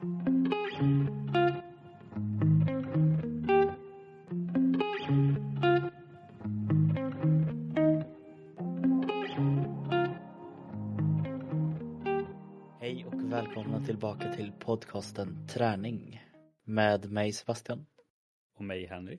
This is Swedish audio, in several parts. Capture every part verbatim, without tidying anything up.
Hej och välkomna tillbaka till podcasten Träning med mig Sebastian. Och mig Henrik.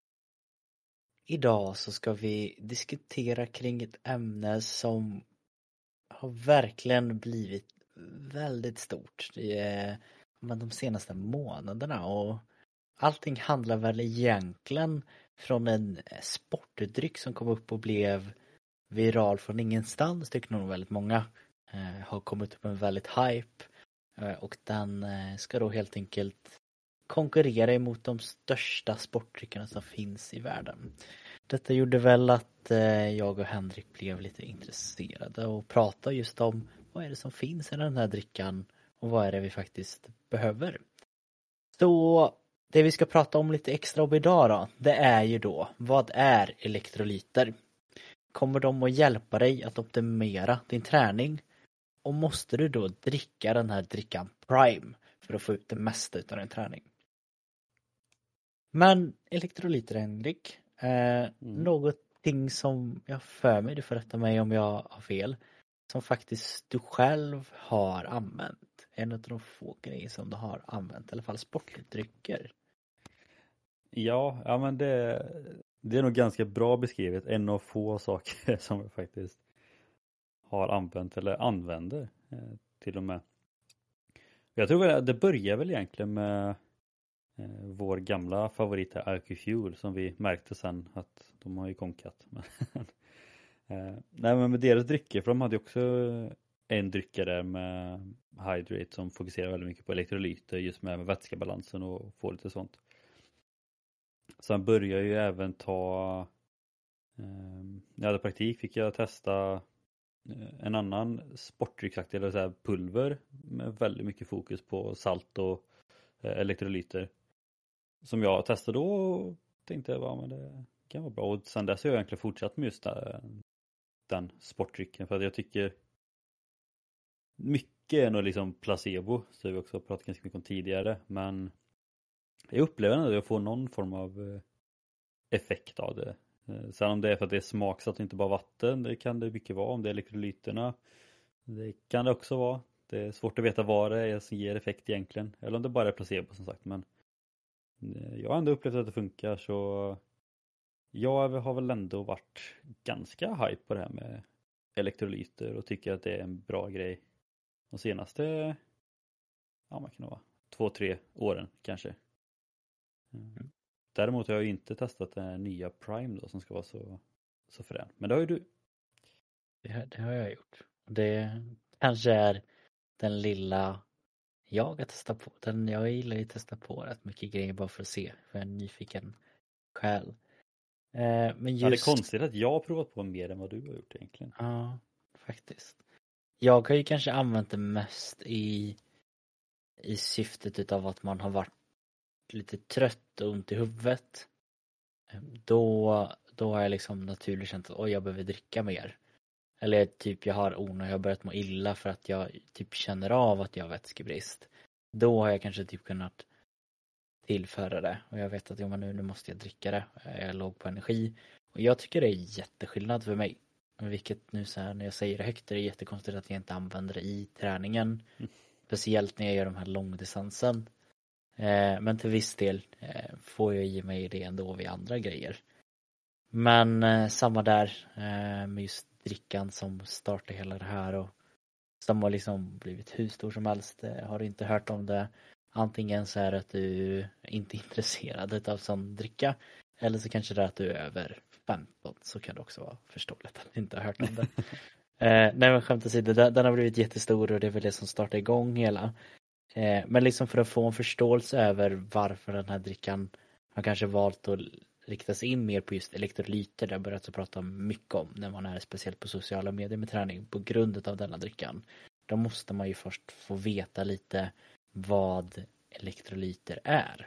Idag så ska vi diskutera kring ett ämne som har verkligen blivit väldigt stort i de senaste månaderna. Och allting handlar väl egentligen från en sportdryck som kom upp och blev viral från ingenstans, tycker nog väldigt många. Har kommit upp en väldigt hype och den ska då helt enkelt konkurrera emot de största sportdryckerna som finns i världen. Detta gjorde väl att jag och Henrik blev lite intresserade och pratade just om vad är det som finns i den här drickan och vad är det vi faktiskt behöver. Så det vi ska prata om lite extra om idag då, det är ju då, vad är elektrolyter? Kommer de att hjälpa dig att optimera din träning? Och måste du då dricka den här drickan Prime för att få ut det mesta av din träning? Men elektrolyter, Henrik, eh, mm. någonting som jag för mig, du får rätta mig om jag har fel, som faktiskt du själv har använt. En av de få grejer som du har använt, i alla fall sportdrycker. Ja, ja men det, det är nog ganska bra beskrivet. En av få saker som jag faktiskt har använt eller använder eh, till och med. Jag tror att det börjar väl egentligen med eh, vår gamla favorit här, I Q Fuel, som vi märkte sen att de har ju konkat. eh, nej men med deras drycker, för de hade också en drycka där med Hydrate som fokuserar väldigt mycket på elektrolyter, just med, med vätskebalansen och få lite sånt. Sen börjar ju även ta eh, när jag hade praktik fick jag testa en annan sportdrycksaktig, eller så här pulver med väldigt mycket fokus på salt och eh, elektrolyter som jag testade då och tänkte ja, men det kan vara bra, och sen dess har jag egentligen fortsatt med just den, den sportdrycken, för att jag tycker mycket är nog liksom placebo, så vi också pratat ganska mycket om tidigare, men jag upplever att jag får någon form av effekt av det. Sen om det är för att det är smaksatt och inte bara vatten, det kan det mycket vara. Om det är elektrolyterna, det kan det också vara. Det är svårt att veta vad det är som ger effekt egentligen. Eller om det bara är placebo som sagt. Men jag har ändå upplevt att det funkar, så jag har väl ändå varit ganska hype på det här med elektrolyter och tycker att det är en bra grej. De senaste, ja man kan vara två, tre åren kanske. Mm. Däremot har jag ju inte testat den här nya Prime då, som ska vara så, så frän. Men det har ju du. Det, det har jag gjort. Det kanske är den lilla jag har testat på. Den, jag gillar ju att testa på rätt mycket grejer bara för att se. För jag är en nyfiken själ. Eh, men just... Ja, det är konstigt att jag har provat på mer än vad du har gjort egentligen. Ja, faktiskt. Jag har ju kanske använt det mest i, i syftet utav att man har varit lite trött och ont i huvudet. Då, då har jag liksom naturligt känt att oj, jag behöver dricka mer. Eller typ jag har on och jag har börjat må illa för att jag typ känner av att jag har vätskebrist. Då har jag kanske typ kunnat tillföra det. Och jag vet att jo, men nu, nu måste jag dricka det. Jag är låg på energi. Och jag tycker det är jätteskillnad för mig. Vilket nu så här, när jag säger det högt är det jättekonstigt att jag inte använder det i träningen. Mm. Speciellt när jag gör de här långdistansen. Eh, men till viss del eh, får jag i mig det ändå vid andra grejer. Men eh, samma där eh, med just drickan som startar hela det här och som har liksom blivit hur stor som helst. Eh, har du inte hört om det, antingen så är det att du inte är intresserad av sån dricka, eller så kanske det är att du är över femton, så kan det också vara förståeligt att du inte har hört om det. eh, nej men skämt åsido, den, den har blivit jättestor och det är väl det som startar igång hela. Eh, men liksom för att få en förståelse över varför den här drickan har kanske valt att rikta sig in mer på just elektrolyter, det har börjat att prata mycket om när man är speciellt på sociala medier med träning på grund av denna drickan. Då måste man ju först få veta lite vad elektrolyter är.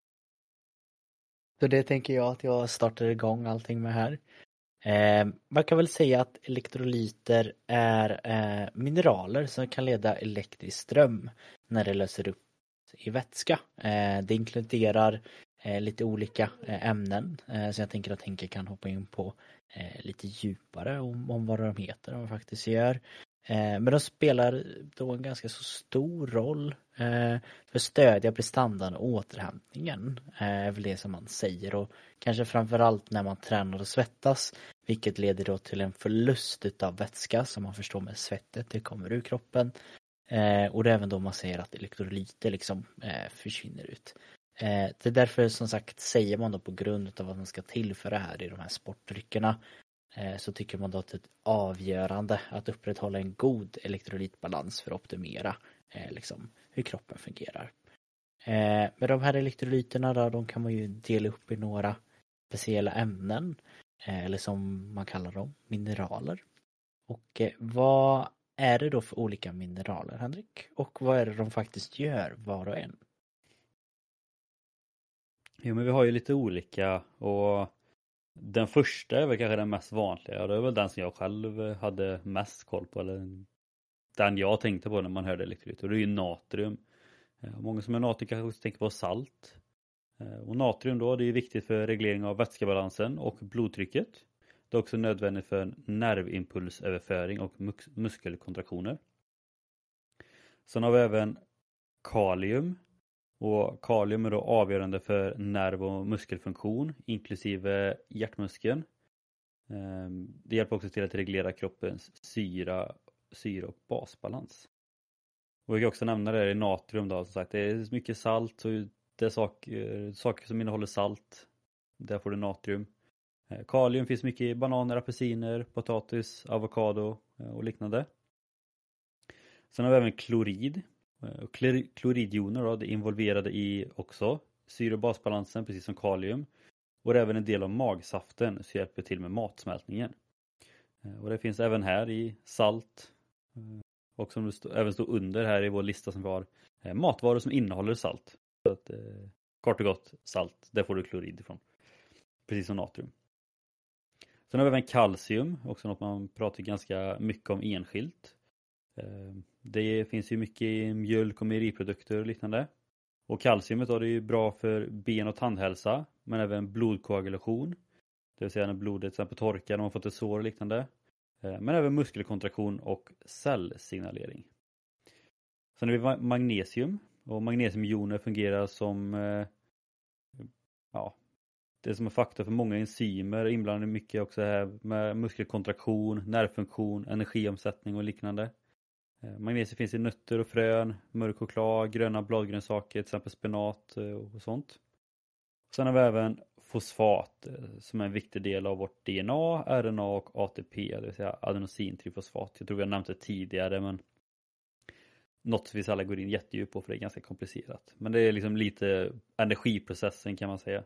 Så det tänker jag att jag startar igång allting med här. Eh, man kan väl säga att elektrolyter är eh, mineraler som kan leda elektrisk ström när det löser upp i vätska. Det inkluderar lite olika ämnen, så jag tänker att Henke kan hoppa in på lite djupare om, om vad de heter och vad de faktiskt gör. Men de spelar då en ganska så stor roll för att stödja prestandan och återhämtningen, är väl det som man säger, och kanske framförallt när man tränar och svettas, vilket leder då till en förlust utav vätska som man förstår med svettet, det kommer ur kroppen, och det är även då man säger att elektrolyter liksom försvinner ut. Det är därför som sagt säger man då på grund av vad man ska tillföra här i de här sportdryckerna, så tycker man då att det är avgörande att upprätthålla en god elektrolytbalans för att optimera liksom, hur kroppen fungerar. Men de här elektrolyterna då, de kan man ju dela upp i några speciella ämnen, eller som man kallar dem, mineraler. Och vad är det då för olika mineraler, Henrik? Och vad är det de faktiskt gör var och en? Jo, men vi har ju lite olika, och den första är väl kanske den mest vanliga, och det är väl den som jag själv hade mest koll på, eller den jag tänkte på när man hörde elektrolyt, och det är ju natrium. Många som är natrium kanske tänker på salt. Och natrium då, det är viktigt för reglering av vätskebalansen och blodtrycket. Det är också nödvändigt för nervimpulsöverföring och muskelkontraktioner. Sen har vi även kalium. Och kalium är då avgörande för nerv- och muskelfunktion, inklusive hjärtmuskeln. Det hjälper också till att reglera kroppens syra, syra och basbalans. Och vi kan också nämna det i natrium då, som sagt, det är mycket salt, så det är saker, saker som innehåller salt, där får du natrium. Kalium finns mycket i bananer, apelsiner, potatis, avokado och liknande. Sen har vi även klorid. Och kloridjoner då, det är involverade i också syre- och basbalansen, precis som kalium. Och det är även en del av magsaften, så hjälper till med matsmältningen. Och det finns även här i salt. Och som det stå, även står under här i vår lista som vi har, matvaror som innehåller salt. Så att, eh, kort och gott salt, där får du klorid ifrån. Precis som natrium. Sen har vi även kalcium, också något man pratar ganska mycket om enskilt. Det finns ju mycket i mjölk och mejeriprodukter och liknande. Och kalciumet då, det är ju bra för ben- och tandhälsa, men även blodkoagulation. Det vill säga när blodet till exempel torkar, när man fått ett sår och liknande. Men även muskelkontraktion och cellsignalering. Sen har vi magnesium. Och magnesiumjoner fungerar som ja, det är som en faktor för många enzymer, inblandade mycket också här med muskelkontraktion, nervfunktion, energiomsättning och liknande. Magnesium finns i nötter och frön, mörk choklad, gröna bladgrönsaker, till exempel spenat och sånt. Sen har vi även fosfat som är en viktig del av vårt D N A, R N A och A T P, det vill säga adenosintrifosfat. Jag tror vi har nämnt det tidigare, men något vi alla går in jättedjupt på för det är ganska komplicerat. Men det är liksom lite energiprocessen kan man säga.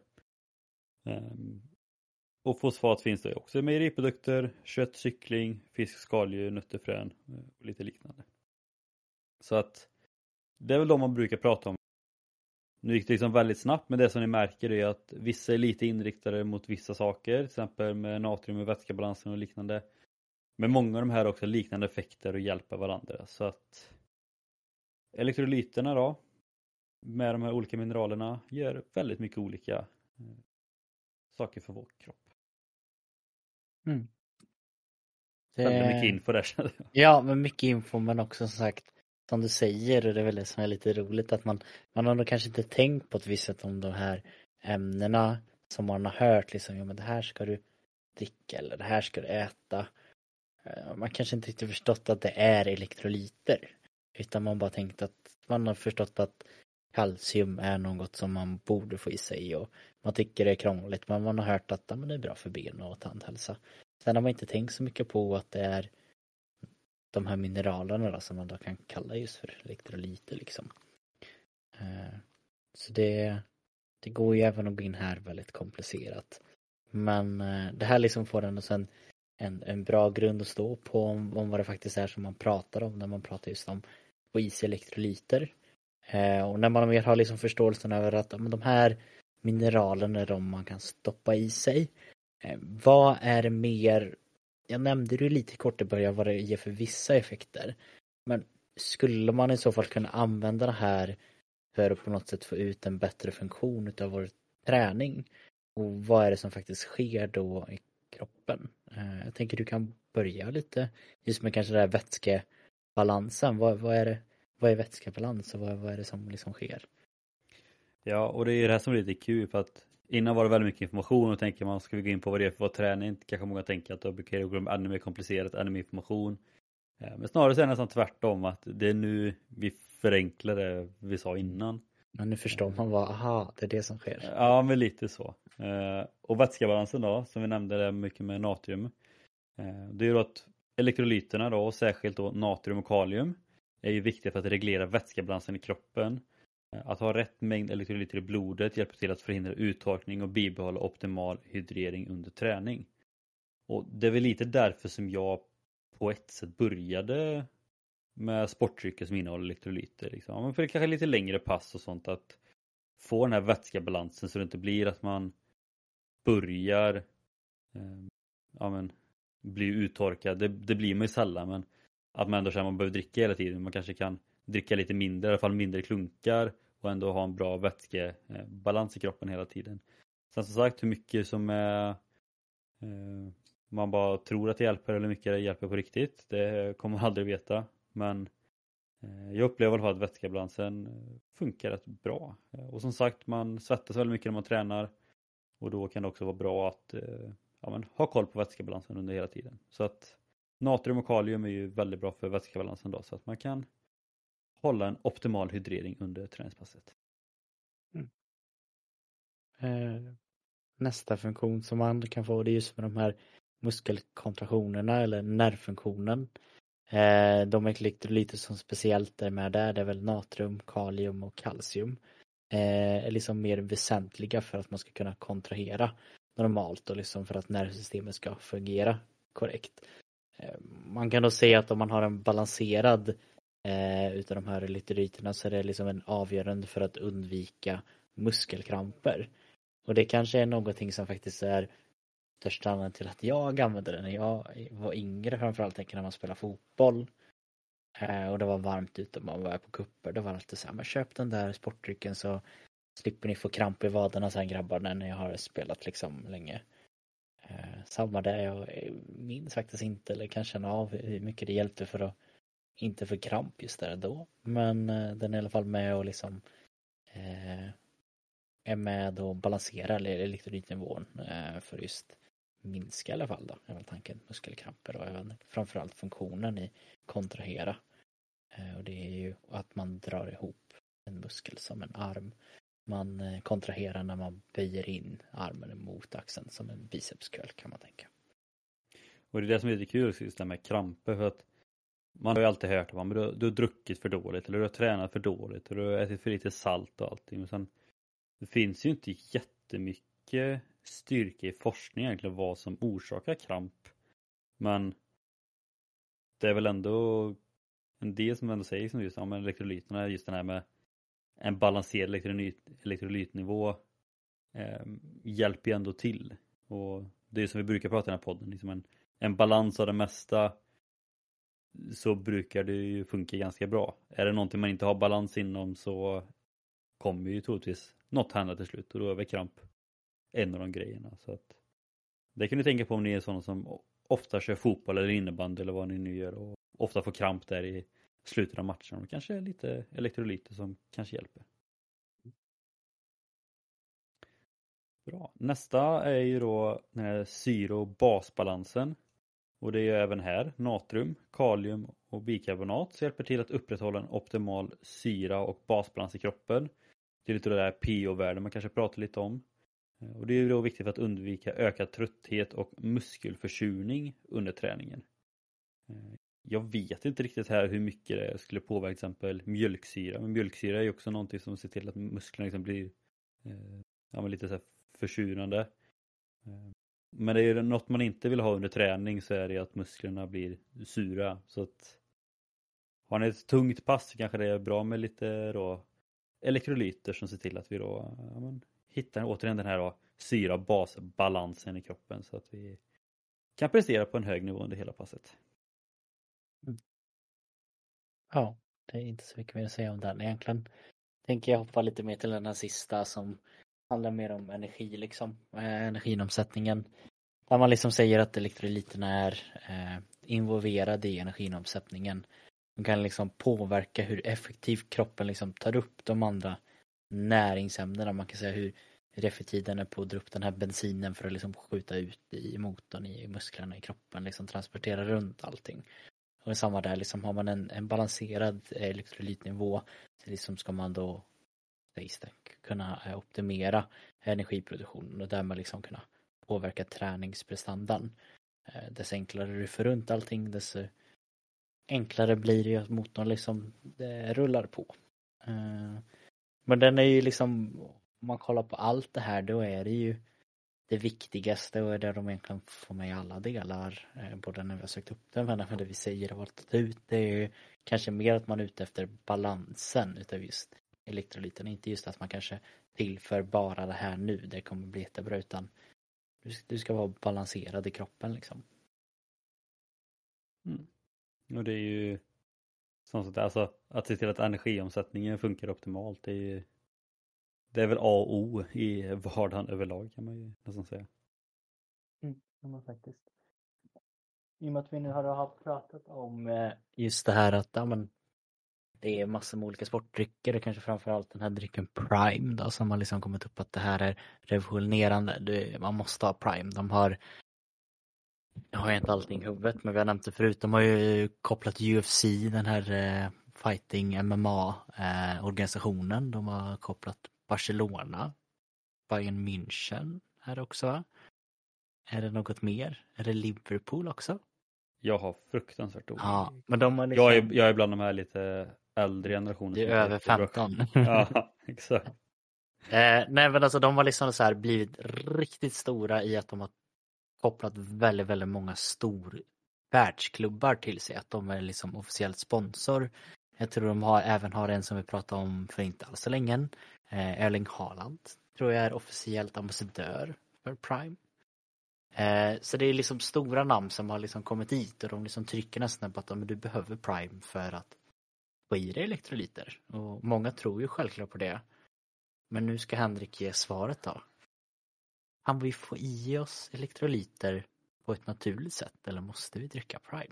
Och fosfat finns det också i mejeriprodukter, kött, kyckling, fisk, skaldjur, nötter, frön och lite liknande. Så att det är väl de man brukar prata om. Nu gick det liksom väldigt snabbt, men det som ni märker är att vissa är lite inriktade mot vissa saker, till exempel med natrium och vätskebalansen och liknande. Men många av de här har också liknande effekter och hjälper varandra. Så att elektrolyterna då, med de här olika mineralerna, gör väldigt mycket olika saker för vår kropp. Mm. Det är mycket info där. Ja, men mycket info, men också som sagt, som du säger, och det är väl det som är lite roligt, att man, man har nog kanske inte tänkt på ett visst sätt om de här ämnena som man har hört, liksom, ja men det här ska du dricka eller det här ska du äta. Man kanske inte riktigt förstått att det är elektrolyter, utan man bara tänkt att man har förstått att kalcium är något som man borde få i sig, och man tycker det är krångligt, men man har hört att ja, men det är bra för ben och tandhälsa. Sen har man inte tänkt så mycket på att det är de här mineralerna då, som man då kan kalla just för elektrolyter liksom. Så det, det går ju även att gå in här väldigt komplicerat. Men det här liksom får ändå sen en, en bra grund att stå på om, om vad det faktiskt är som man pratar om när man pratar just om få i sig elektrolyter. Och när man mer har liksom förståelsen över att men de här mineralerna är de man kan stoppa i sig. Vad är det mer? Jag nämnde ju lite kort i början vad det ger för vissa effekter. Men skulle man i så fall kunna använda det här för att på något sätt få ut en bättre funktion utav vår träning. Och vad är det som faktiskt sker då i kroppen? Eh, jag tänker du kan börja lite just med kanske det här vätskebalansen. Vad, vad är det, vad är vätskebalans och vad, vad är det som liksom sker? Ja, och det är det här som är lite kul för att innan var det väldigt mycket information och tänker man ska vi gå in på vad det är för träning. Kanske många tänker att då brukar det gå ännu mer komplicerat, ännu mer information. Men snarare så är det nästan tvärtom att det är nu vi förenklar det vi sa innan. Men nu förstår man vad, aha, det är det som sker. Ja, men lite så. Och vätskebalansen då, som vi nämnde det mycket med natrium. Det är ju då att elektrolyterna då, och särskilt då natrium och kalium, är ju viktiga för att reglera vätskebalansen i kroppen. Att ha rätt mängd elektrolyter i blodet hjälper till att förhindra uttorkning och bibehålla optimal hydrering under träning. Och det är väl lite därför som jag på ett sätt började med sportdrycker som innehåller elektrolyter. Liksom. Men för det kanske är lite längre pass och sånt, att få den här vätskebalansen så det inte blir att man börjar eh, ja, men, bli uttorkad. Det, det blir man ju sällan, men att man ändå känner att man behöver dricka hela tiden. Man kanske kan dricka lite mindre, i alla fall mindre klunkar, och ändå ha en bra vätskebalans i kroppen hela tiden. Sen som sagt, hur mycket som är eh, man bara tror att det hjälper eller hur mycket det hjälper på riktigt, det kommer man aldrig veta. Men eh, jag upplever i alla fall att vätskebalansen funkar rätt bra. Och som sagt, man svettas väldigt mycket när man tränar, och då kan det också vara bra att eh, ja, men, ha koll på vätskebalansen under hela tiden. Så att natrium och kalium är ju väldigt bra för vätskebalansen då, så att man kan hålla en optimal hydrering under träningspasset. Mm. Eh, nästa funktion som man kan få, det är just med de här muskelkontraktionerna eller nervfunktionen. Eh, de elektrolyter som speciellt är med där, det är väl natrium, kalium och kalcium. Eh, är liksom mer väsentliga för att man ska kunna kontrahera normalt och liksom för att nervsystemet ska fungera korrekt. Eh, man kan då säga att om man har en balanserad eh, utav de här elektrolyterna så är det liksom en avgörande för att undvika muskelkramper. Och det kanske är någonting som faktiskt är största anledningen till att jag använde det när jag var yngre, framförallt tänker när man spelar fotboll. Eh, och det var varmt ute och man var på kupper. Det var alltid så här, men köp den där sportdrycken så slipper ni få kramp i vaderna sen grabbar när jag har spelat liksom länge. Eh, samma där, jag minns faktiskt inte eller kan känna av hur mycket det hjälpte för att inte få kramp just där då. Men eh, den är i alla fall med och liksom eh, är med och balanserar elektrolytnivån eh, för just minska i alla fall då, är väl tanken, muskelkramper och även framförallt funktionen i kontrahera. Eh, och det är ju att man drar ihop en muskel som en arm. Man eh, kontraherar när man böjer in armen mot axeln som en bicepscurl kan man tänka. Och det är det som är lite kul, just det med kramper, för att man har ju alltid hört att du, har, du har druckit för dåligt eller du har tränat för dåligt och du har ätit för lite salt och allting. Men sen, det finns ju inte jättemycket styrka i forskning egentligen vad som orsakar kramp. Men det är väl ändå en del som ändå säger som just ja, men elektrolyterna, just den här med en balanserad elektrolyt, elektrolytnivå eh, hjälper ju ändå till. Och det är som vi brukar prata i den här podden, liksom en, en balans av det mesta, så brukar det ju funka ganska bra. Är det någonting man inte har balans inom så kommer ju troligtvis något hända till slut, och då är väl kramp en av de grejerna. Så att det kan ni tänka på om ni är sådana som ofta kör fotboll eller innebandy eller vad ni nu gör och ofta får kramp där i slutet av matchen. Det kanske är lite elektrolyter som kanske hjälper. Bra. Nästa är ju då den här syre- och basbalansen. Och det är ju även här natrium, kalium och bikarbonat som hjälper till att upprätthålla en optimal syra- och basbalans i kroppen. Det är lite det där P O-värde man kanske pratar lite om. Och det är ju då viktigt för att undvika ökad trötthet och muskelförsurning under träningen. Jag vet inte riktigt här hur mycket det skulle påverka till exempel mjölksyra. Men mjölksyra är ju också någonting som ser till att musklerna liksom blir eh, ja, men lite så här försurande. Eh, men det är något man inte vill ha under träning, så är det att musklerna blir sura. Så att har ni ett tungt pass så kanske det är bra med lite då elektrolyter som ser till att vi då ja, men, hittar återigen den här då syra-basbalansen i kroppen så att vi kan prestera på en hög nivå under hela passet. Mm. Ja, det är inte så mycket mer att säga om den egentligen. tänker jag hoppa lite mer till den här sista som handlar mer om energi liksom, eh, energiomsättningen. Där man liksom säger att elektrolyterna är eh, involverade i energiomsättningen. De kan liksom påverka hur effektivt kroppen liksom tar upp de andra näringsämnena. Man kan säga hur, hur effektivt den är på att dra upp den här bensinen för att liksom skjuta ut i motorn, i musklerna i kroppen, liksom transportera runt allting. Och samma där, liksom har man en, en balanserad elektrolytnivå så liksom ska man då kunna optimera energiproduktionen och därmed liksom kunna påverka träningsprestandan. Dess enklare du får runt allting, desto enklare blir det ju att motorn liksom det rullar på. Men den är ju liksom, om man kollar på allt det här, då är det ju det viktigaste och är det de egentligen får med i alla delar, både när vi har sökt upp den men även det vi säger och valt ut. Det är ju kanske mer att man är ute efter balansen utav just elektrolyten, inte just att man kanske tillför bara det här nu, det kommer bli jättebra, utan du, du ska vara balanserad i kroppen liksom. Mm. Och det är ju som sagt, alltså att se till att energiomsättningen funkar optimalt, det är ju det är väl A och O i vardagen överlag, kan man ju nästan säga. Mm, ja, faktiskt. I och med att vi nu har pratat om just det här att ja, men det är massor med olika sportdrycker och kanske framförallt den här drycken Prime då, som har liksom kommit upp att det här är revolutionerande. Det, man måste ha Prime. De har jag har inte allting i huvudet, men vi har nämnt det förut. De har ju kopplat U F C, den här eh, fighting M M A-organisationen. Eh, De har kopplat Barcelona, Bayern München här också, va? Är det något mer? Är det Liverpool också? Jag har fruktansvärt dålig. Ja, men de har liksom... jag, är, jag är bland de här lite äldre generationer. Det är över femton. Ja, exakt. eh, nej, men alltså de har liksom så här blivit riktigt stora i att de har kopplat väldigt, väldigt många stor världsklubbar till sig. Att de är liksom officiellt sponsor. Jag tror de har, även har en som vi pratade om för inte alls så länge. Eh, Erling Haaland tror jag är officiellt ambassadör för Prime. Eh, så det är liksom stora namn som har liksom kommit hit och de liksom trycker nästan på att men du behöver Prime för att få i dig elektrolyter. Och många tror ju självklart på det. Men nu ska Henrik ge svaret då. Kan vi få i oss elektrolyter på ett naturligt sätt eller måste vi dricka Prime?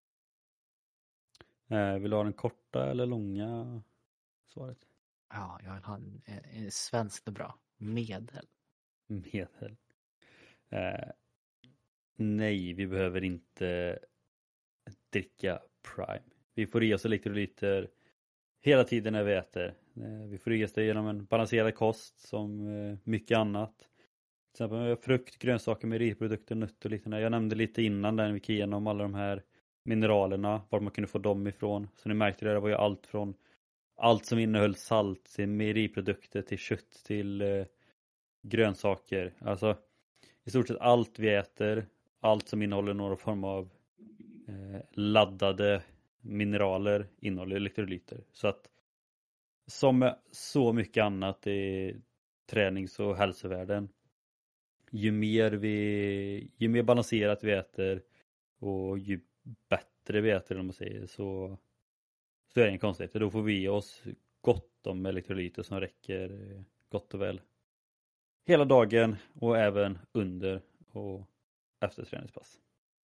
Eh, vill du ha den korta eller långa svaret? Ja, jag vill ha en, en, en svenskt och bra. Medel. Medel. Eh, nej, vi behöver inte dricka Prime. Vi får i oss elektrolyter hela tiden när vi äter. Eh, vi får i oss det genom en balanserad kost som eh, mycket annat. Till exempel frukt, grönsaker, mejeriprodukter, nötter och liknande. Jag nämnde lite innan där vi gick igenom alla de här mineralerna, var man kunde få dem ifrån. Så ni märkte det, det var ju allt från allt som innehöll salt till mejeriprodukter till kött till eh, grönsaker. Alltså i stort sett allt vi äter, allt som innehåller någon form av eh, laddade mineraler innehåller elektrolyter. Så att som med så mycket annat i tränings- och hälsovärlden, ju mer vi ju mer balanserat vi äter och ju bättre vi äter, om man säger, så så är det en konstigt. Då får vi oss gott om elektrolyter som räcker gott och väl hela dagen och även under och efter träningspass.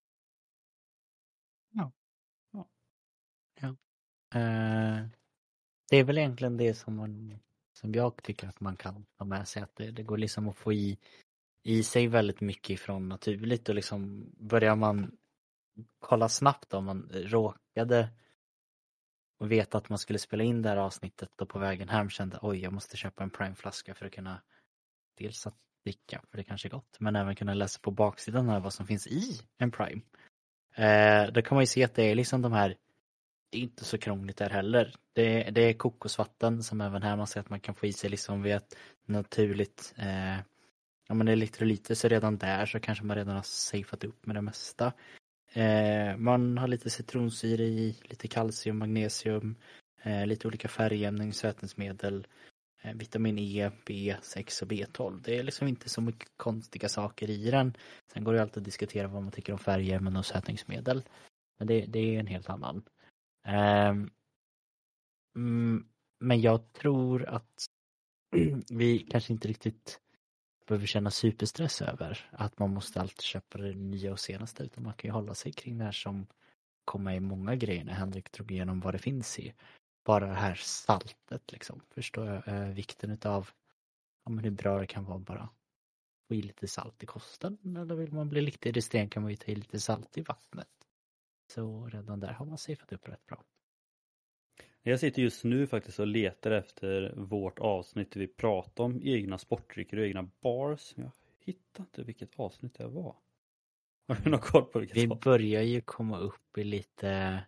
Ja. Ja. ja. Uh, det är väl egentligen det som man som jag tycker att man kan ha med sig, att det, det går liksom att få i i sig väldigt mycket ifrån naturligt och liksom börjar man kolla snabbt om man råkade och veta att man skulle spela in det här avsnittet och på vägen hem kände oj, jag måste köpa en Prime-flaska för att kunna dels att dricka, för det kanske är gott, men även kunna läsa på baksidan här vad som finns i en Prime. Eh, då kan man ju se att det är liksom de här, det är inte så krångligt där heller. Det, det är kokosvatten som även här man ser att man kan få i sig liksom vid ett naturligt eh, ja, men elektrolyter, så redan där så kanske man redan har safeat upp med det mesta. Eh, man har lite citronsyra i, lite kalcium, magnesium, eh, lite olika färgämnen, sötningsmedel, eh, vitamin E, B sex och B tolv. Det är liksom inte så mycket konstiga saker i den. Sen går det alltid att diskutera vad man tycker om färgämnen och sötningsmedel. Men det, det är en helt annan. Eh, mm, men jag tror att vi kanske inte riktigt behöver känna superstress över att man måste alltid köpa det nya och senaste, utan man kan ju hålla sig kring det här som kommer i många grejer när Henrik drog igenom vad det finns i. Bara det här saltet liksom. Förstår jag eh, vikten utav ja, men hur bra det kan vara bara få i lite salt i kosten, eller vill man bli lite i sten kan man ju ta i lite salt i vattnet. Så redan där har man safeat upp rätt bra. Jag sitter just nu faktiskt och letar efter vårt avsnitt där vi pratar om egna sportdrycker och egna bars. Jag hittar inte vilket avsnitt det var. Har du någon koll på vilket Vi avsnitt? börjar ju komma upp i lite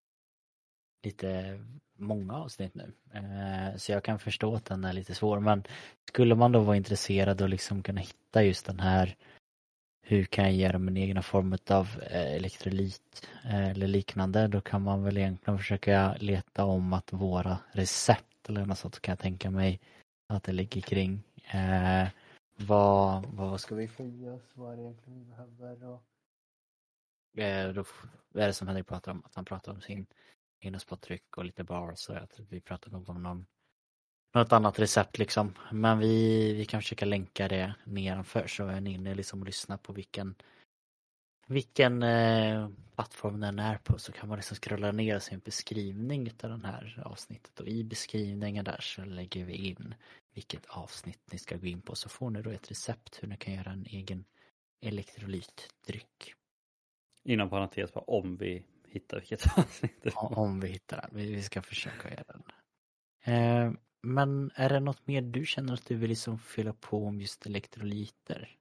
lite många avsnitt nu. Eh, så jag kan förstå att den är lite svår, men skulle man då vara intresserad och liksom kunna hitta just den här hur kan jag göra min egna form av eh, elektrolyt eh, eller liknande, då kan man väl egentligen försöka leta om att våra recept eller något sånt, så kan jag tänka mig att det ligger kring eh, vad, vad ska vi få i oss, vad är det egentligen vi behöver och eh, då är det som Henrik pratar om, att han pratar om sin egna sportdryck och lite bars, så jag tror vi pratar nog om någon något annat recept liksom. Men vi, vi kan försöka länka det nedanför, så är ni inne liksom och lyssnar på vilken vilken eh, plattform den är på, så kan man liksom scrolla ner och se en beskrivning av den här avsnittet, och i beskrivningen där så lägger vi in vilket avsnitt ni ska gå in på, så får ni då ett recept hur ni kan göra en egen elektrolytdryck. Inom parentes bara om vi hittar vilket avsnitt det var. Om vi hittar den. Vi, vi ska försöka göra den. Eh, Men är det något mer du känner att du vill liksom fylla på om just elektrolyter?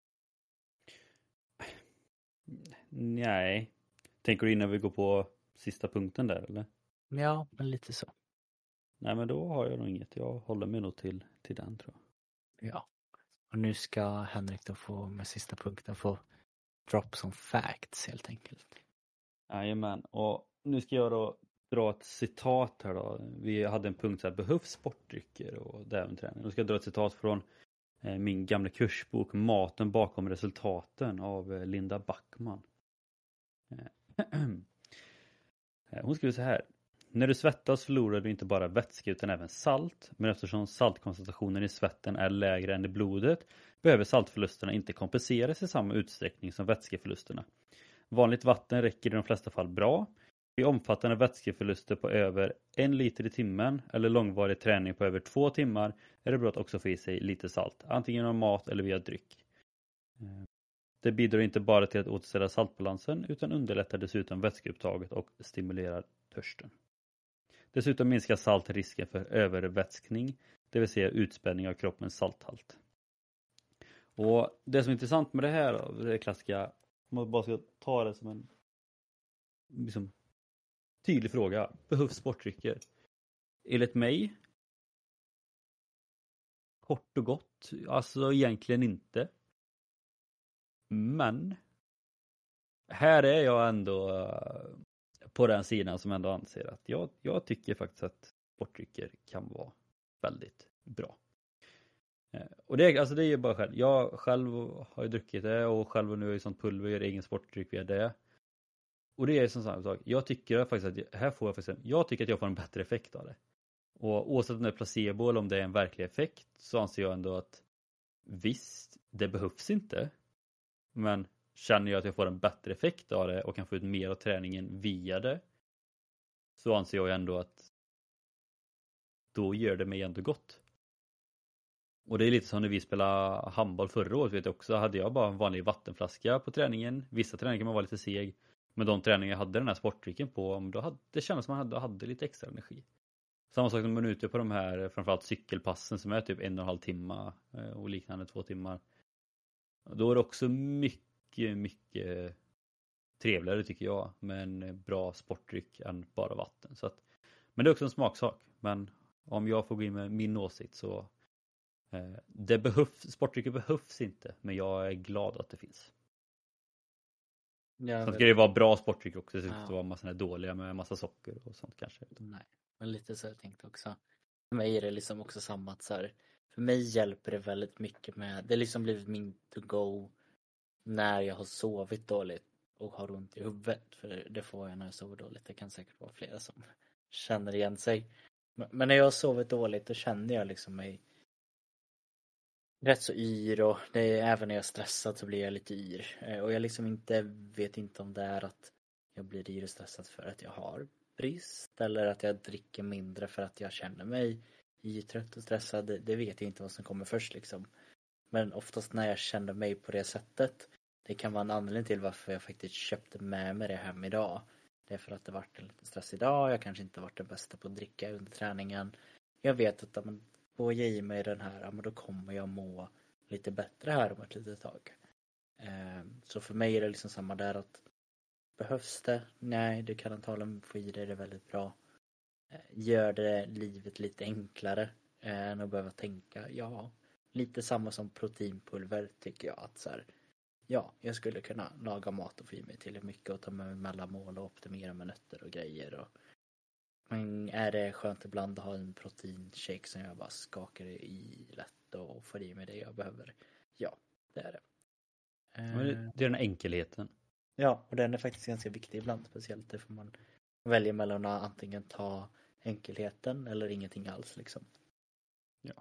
Nej. Tänker du innan vi går på sista punkten där eller? Ja, men lite så. Nej, men då har jag nog inget. Jag håller mig nog till, till den tror jag. Ja. Och nu ska Henrik då få med sista punkten få drop some facts helt enkelt. Jajamän. Och nu ska jag då dra ett citat här då. Vi hade en punkt så här, behövs sportdrycker och det även träning. Nu ska jag dra ett citat från eh, min gamla kursbok Maten bakom resultaten av eh, Linda Backman. Hon skriver så här. När du svettas förlorar du inte bara vätska utan även salt. Men eftersom saltkoncentrationen i svetten är lägre än i blodet behöver saltförlusterna inte kompenseras i samma utsträckning som vätskeförlusterna. Vanligt vatten räcker i de flesta fall bra. Vid omfattande vätskeförluster på över en liter i timmen eller långvarig träning på över två timmar är det bra att också få i sig lite salt. Antingen genom mat eller via dryck. Det bidrar inte bara till att återställa saltbalansen utan underlättar dessutom vätskeupptaget och stimulerar törsten. Dessutom minskar salt risken för övervätskning, det vill säga utspänning av kroppens salthalt. Och det som är intressant med det här då, det är klassiska, om man bara ska ta det som en liksom, tydlig fråga. Behövs sportdrycker? Enligt mig, kort och gott, alltså egentligen inte. Men här är jag ändå på den sidan som ändå anser att jag, jag tycker faktiskt att sportdrycker kan vara väldigt bra. Och det, alltså det är ju bara själv. Jag själv har ju druckit det och själv nu är ju sånt pulver, gör egen sportdryck via det. Och det är som samma sak. Jag tycker faktiskt att här får jag faktiskt, jag tycker att jag får en bättre effekt av det. Och oavsett om det är placebo eller om det är en verklig effekt så anser jag ändå att visst, det behövs inte. Men känner jag att jag får en bättre effekt av det och kan få ut mer av träningen via det, så anser jag ändå att då gör det mig ändå gott. Och det är lite som när vi spelade handboll förra året, vet jag också, hade jag bara en vanlig vattenflaska på träningen. Vissa träningar kan man vara lite seg, men de träningar jag hade den här sportdrycken på, då hade, det kändes som att man hade, hade lite extra energi. Samma sak när man är ute på de här, framförallt cykelpassen som är typ en och en halv timme och liknande två timmar. Då är det också mycket, mycket trevligare tycker jag med en bra sportdryck än bara vatten. Så att, men det är också en smaksak. Men om jag får gå in med min åsikt så eh, det behövs, sportdrycker behövs inte, men jag är glad att det finns. Ja, Sen ska det vara bra sportdrycker också, så det ska inte ja. vara massa dåliga med massa socker och sånt kanske. Nej, men lite så jag tänkte också. För mig är det liksom också samma att så här, för mig hjälper det väldigt mycket med, det är liksom blivit min to go när jag har sovit dåligt och har ont i huvudet, för det får jag när jag sover dåligt. Det kan säkert vara flera som känner igen sig. Men men när jag har sovit dåligt då känner jag liksom mig rätt så yr och det är, även när jag är stressad så blir jag lite yr. Eh, Och jag liksom inte vet inte om det är att jag blir yr och stressad för att jag har brist eller att jag dricker mindre för att jag känner mig yr, trött och stressad. Det, det vet jag inte vad som kommer först liksom. Men oftast när jag känner mig på det sättet, det kan vara en anledning till varför jag faktiskt köpte med mig det hem idag. Det är för att det varit en liten stress idag, jag kanske inte varit den bästa på att dricka under träningen. Jag vet att om får jag i mig den här, ja, men då kommer jag må lite bättre här om ett litet tag. Eh, så för mig är det liksom samma där att behövs det? Nej, du kan antagligen få i dig det väldigt bra. Eh, gör det livet lite enklare eh, än att behöva tänka, ja, lite samma som proteinpulver tycker jag att så här, ja, jag skulle kunna laga mat och få i mig till mycket och ta med mig mellanmål och optimera med nötter och grejer och men är det skönt ibland att ha en proteinshake som jag bara skakar i lätt och får i mig det jag behöver. Ja, det är det. Men det, det är den enkelheten. Ja, och den är faktiskt ganska viktig ibland. Speciellt därför man väljer mellan att antingen ta enkelheten eller ingenting alls liksom. Ja.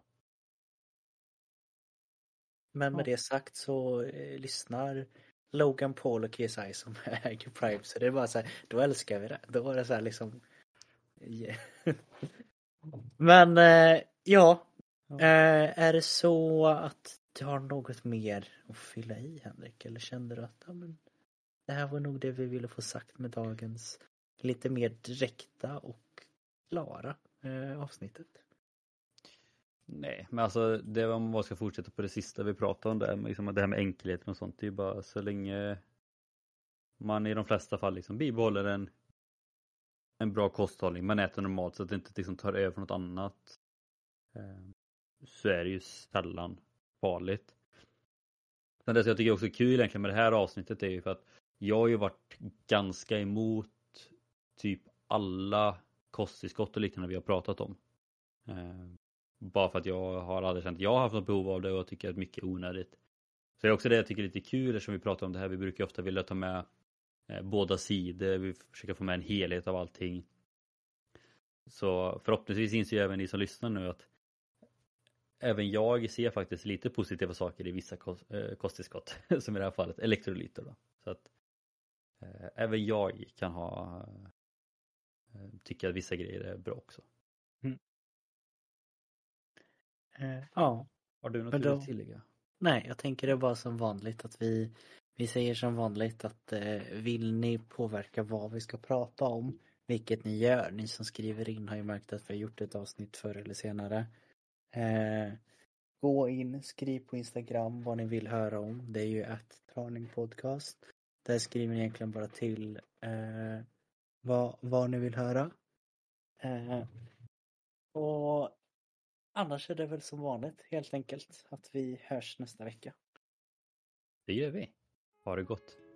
Men med Ja. det sagt så eh, lyssnar Logan Paul och K S I som äger Prime. Så det är bara så här, då älskar vi det. Då var det så här liksom yeah. Men eh, ja, Ja. eh, är det så att du har något mer att fylla i, Henrik? Eller kände du att ja, men, det här var nog det vi ville få sagt med dagens lite mer direkta och klara eh, avsnittet? Nej, men alltså det var man bara ska fortsätta på det sista vi pratade om där, med liksom det här med enkelheten och sånt. Det är ju bara så länge man i de flesta fall liksom bibehåller en, en bra kosthållning, man äter normalt så att det inte liksom tar över något annat, eh, så är det ju sällan farligt. Men det som jag tycker också är kul egentligen med det här avsnittet är ju för att jag har ju varit ganska emot typ alla kosttillskott och liknande vi har pratat om. Eh, bara för att jag har aldrig känt att jag har haft något behov av det och jag tycker att mycket är onödigt. Så det är också det jag tycker är lite kul eftersom vi pratar om det här. Vi brukar ofta vilja ta med eh, båda sidor. Vi försöker få med en helhet av allting. Så förhoppningsvis inser ju även ni som lyssnar nu att även jag ser faktiskt lite positiva saker i vissa kost, eh, kosttillskott. Som i det här fallet elektrolyter då. Så att eh, även jag kan ha eh, tycka att vissa grejer är bra också. Mm. Eh, ja. Har du något Men du då- vill tillägga? Nej, jag tänker det bara som vanligt att vi, vi säger som vanligt att eh, vill ni påverka vad vi ska prata om, vilket ni gör, ni som skriver in har ju märkt att vi har gjort ett avsnitt förr eller senare. Eh, gå in, skriv på Instagram vad ni vill höra om. Det är ju att Traning Podcast. Där skriver ni egentligen bara till eh, vad, vad ni vill höra. Eh, och annars är det väl som vanligt helt enkelt att vi hörs nästa vecka. Det gör vi. Ha det gott.